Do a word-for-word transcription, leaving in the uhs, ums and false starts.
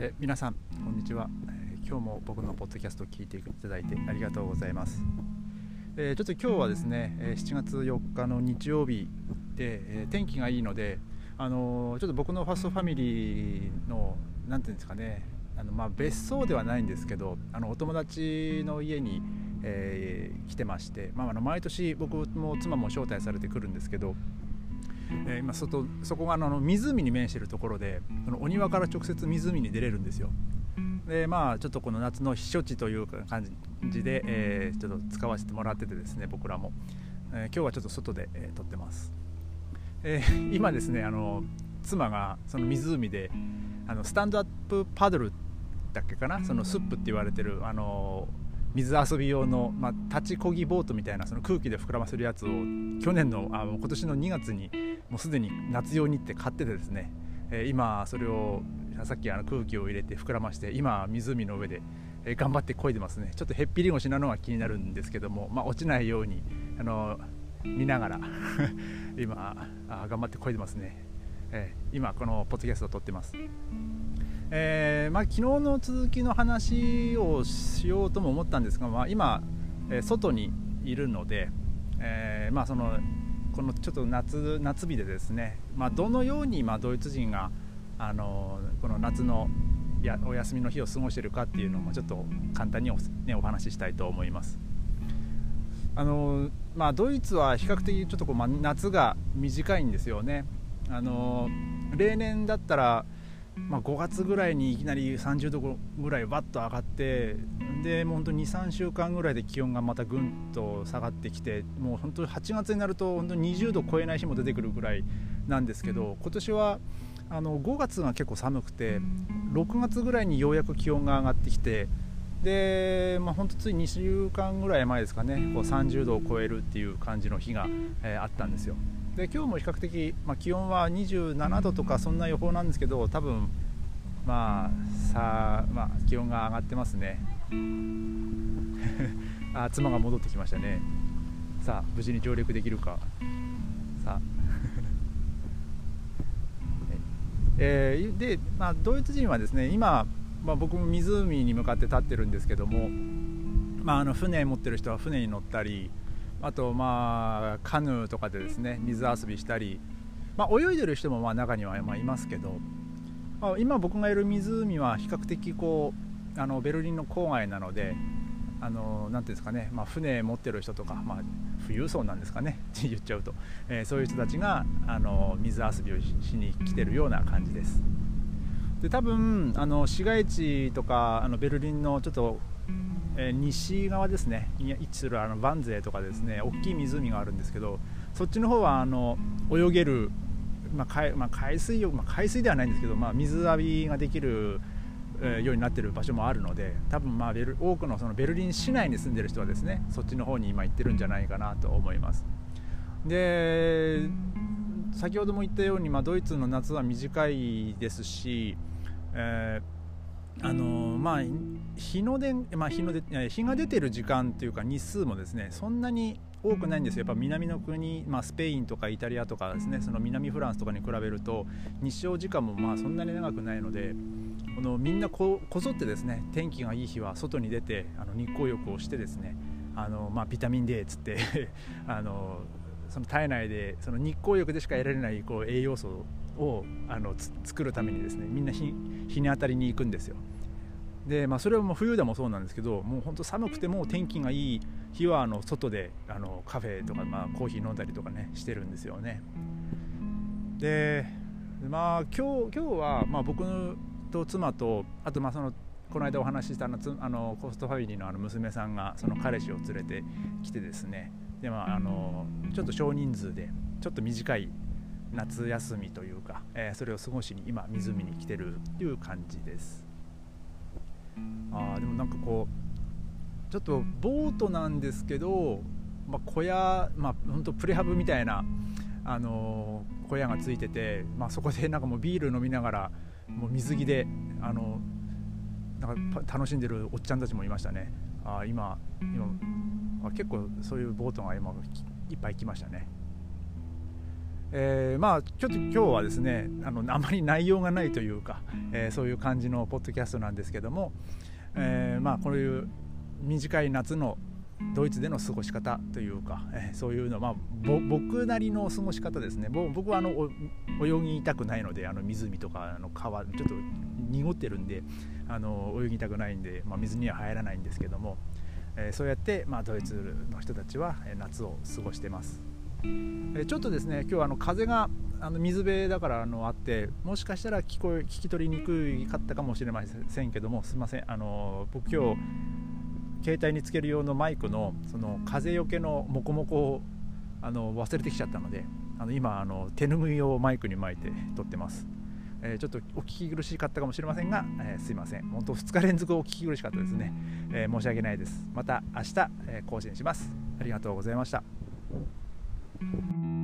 えー、皆さんこんにちは、えー、今日も僕のポッドキャストを聞いていただいてありがとうございます。えー、ちょっと今日はですね、えー、しちがつよっかの日曜日で、えー、天気がいいので、あのー、ちょっと僕のファーストファミリーのなんていうんですかね、あのまあ別荘ではないんですけど、あのお友達の家に、えー、来てまして、まあ、あの毎年僕も妻も招待されてくるんですけど、えー、今外そこがあの湖に面しているところで、そのお庭から直接湖に出れるんですよ。でまあちょっとこの夏の避暑地という感じで、えー、ちょっと使わせてもらっててですね、僕らも、えー、今日はちょっと外で、えー、撮ってます。えー、今ですね、あの妻がその湖であのスタンドアップパドルだっけかな、そのスップって言われてるあの水遊び用の、まあ、立ち漕ぎボートみたいなその空気で膨らませるやつを去年のあの今年のにがつにもうすでに夏用にって買っててですね、えー、今それをさっきあの空気を入れて膨らまして今湖の上で、えー、頑張って漕いでますね。ちょっとへっぴり腰なのが気になるんですけども、まあ、落ちないようにあの見ながら今あ頑張って漕いでますね。えー、今このポッドキャストを撮ってます。えーまあ、昨日の続きの話をしようとも思ったんですが、まあ、今、えー、外にいるので、えーまあ、そのこのちょっと 夏, 夏日でですね、まあ、どのようにまあドイツ人があのこの夏のやお休みの日を過ごしているかっていうのもちょっと簡単に お,、ね、お話ししたいと思います。あの、まあ、ドイツは比較的ちょっとこう、まあ、夏が短いんですよね。あの例年だったらまあ、ごがつぐらいにいきなりさんじゅうどぐらいバッと上がって、でもう本当に にさんしゅうかんぐらいで気温がまたぐんと下がってきて、もう本当にはちがつになると本当ににじゅうど超えない日も出てくるぐらいなんですけど、今年はあのごがつが結構寒くて、ろくがつぐらいにようやく気温が上がってきて、で、まあ、本当ついにしゅうかんぐらい前ですかね、こうさんじゅうどを超えるっていう感じの日が、えー、あったんですよ。で今日も比較的、まあ、気温はにじゅうななどとかそんな予報なんですけど、多分まあさあ、まあ、気温が上がってますねあ妻が戻ってきましたね。さあ無事に上陸できるか。さあえー、で、まあ、ドイツ人はですね今、まあ、僕も湖に向かって立ってるんですけども、まあ、あの船持ってる人は船に乗ったり、あとまあカヌーとかでですね水遊びしたり、まあ、泳いでる人もまあ中にはまあいますけど、まあ、今僕がいる湖は比較的こうあのベルリンの郊外なので、あのなんていうんですかね、まあ、船持ってる人とか、まあ、富裕層なんですかねって言っちゃうと、えー、そういう人たちがあの水遊びを し, しに来てるような感じです。で多分あの市街地とかあのベルリンのちょっとえー、西側ですねに位置するあのバンゼーとかですね、大きい湖があるんですけど、そっちの方はあの泳げる、まあ海まあ、海水浴、まあ、海水ではないんですけど、まあ、水浴びができる、えー、ようになっている場所もあるので、多分まあベル多くのそのベルリン市内に住んでいる人はですねそっちの方に今行ってるんじゃないかなと思います。で先ほども言ったように、まあ、ドイツの夏は短いですし、えーあのまあ、日の出、まあ、日の出日が出てる時間というか日数もですねそんなに多くないんですよ。やっぱ南の国、まあ、スペインとかイタリアとかですね、その南フランスとかに比べると日照時間もまあそんなに長くないので、このみんなここぞってですね天気がいい日は外に出てあの日光浴をしてですね、あの、まあ、ビタミン ディー っつってあのその体内でその日光浴でしか得られないこう栄養素をあのつ作るためにですね、みんな 日, 日に当たりに行くんですよ。で、まあ、それはもう冬でもそうなんですけど、もう本当寒くても天気がいい日はあの外であのカフェとか、まあ、コーヒー飲んだりとかねしてるんですよね。で、まあ、今日、今日はまあ僕と妻と、あとまあそのこの間お話ししたあのあのホストファミリー の, あの娘さんがその彼氏を連れてきてですね、で、まあ、あのちょっと少人数でちょっと短い夏休みというか、えー、それを過ごしに今湖に来てるという感じです。あでもなんかこうちょっとボートなんですけど、まあ、小屋、まあ、本当プレハブみたいな、あのー、小屋がついてて、まあ、そこでなんかもうビール飲みながらもう水着で、あのー、なんか楽しんでるおっちゃんたちもいましたね。あ今今結構そういうボートが今いっぱい来ましたね。 えー、まあちょっと今日はですね、あのあまり内容がないというか、えー、そういう感じのポッドキャストなんですけども、えー、まあこういう短い夏のドイツでの過ごし方というか、えー、そういうの、まあ、僕なりの過ごし方ですね。僕はあの泳ぎたくないので、あの湖とかの川ちょっと濁ってるんで、あの泳ぎたくないんで、まあ、水には入らないんですけども、えー、そうやって、まあ、ドイツの人たちは夏を過ごしてます。えー、ちょっとですね、今日はあの風があの水辺だからあのあって、もしかしたら聞こえ聞き取りにくかったかもしれませんけども、すみません。あの僕今日携帯につける用のマイクのその風よけのモコモコをあの忘れてきちゃったので、あの今あの手ぬぐいをマイクに巻いて撮ってます。えー、ちょっとお聞き苦しかったかもしれませんが、えー、すいません。本当ふつか連続お聞き苦しかったですね。えー、申し訳ないです。また明日、えー、更新します。ありがとうございました。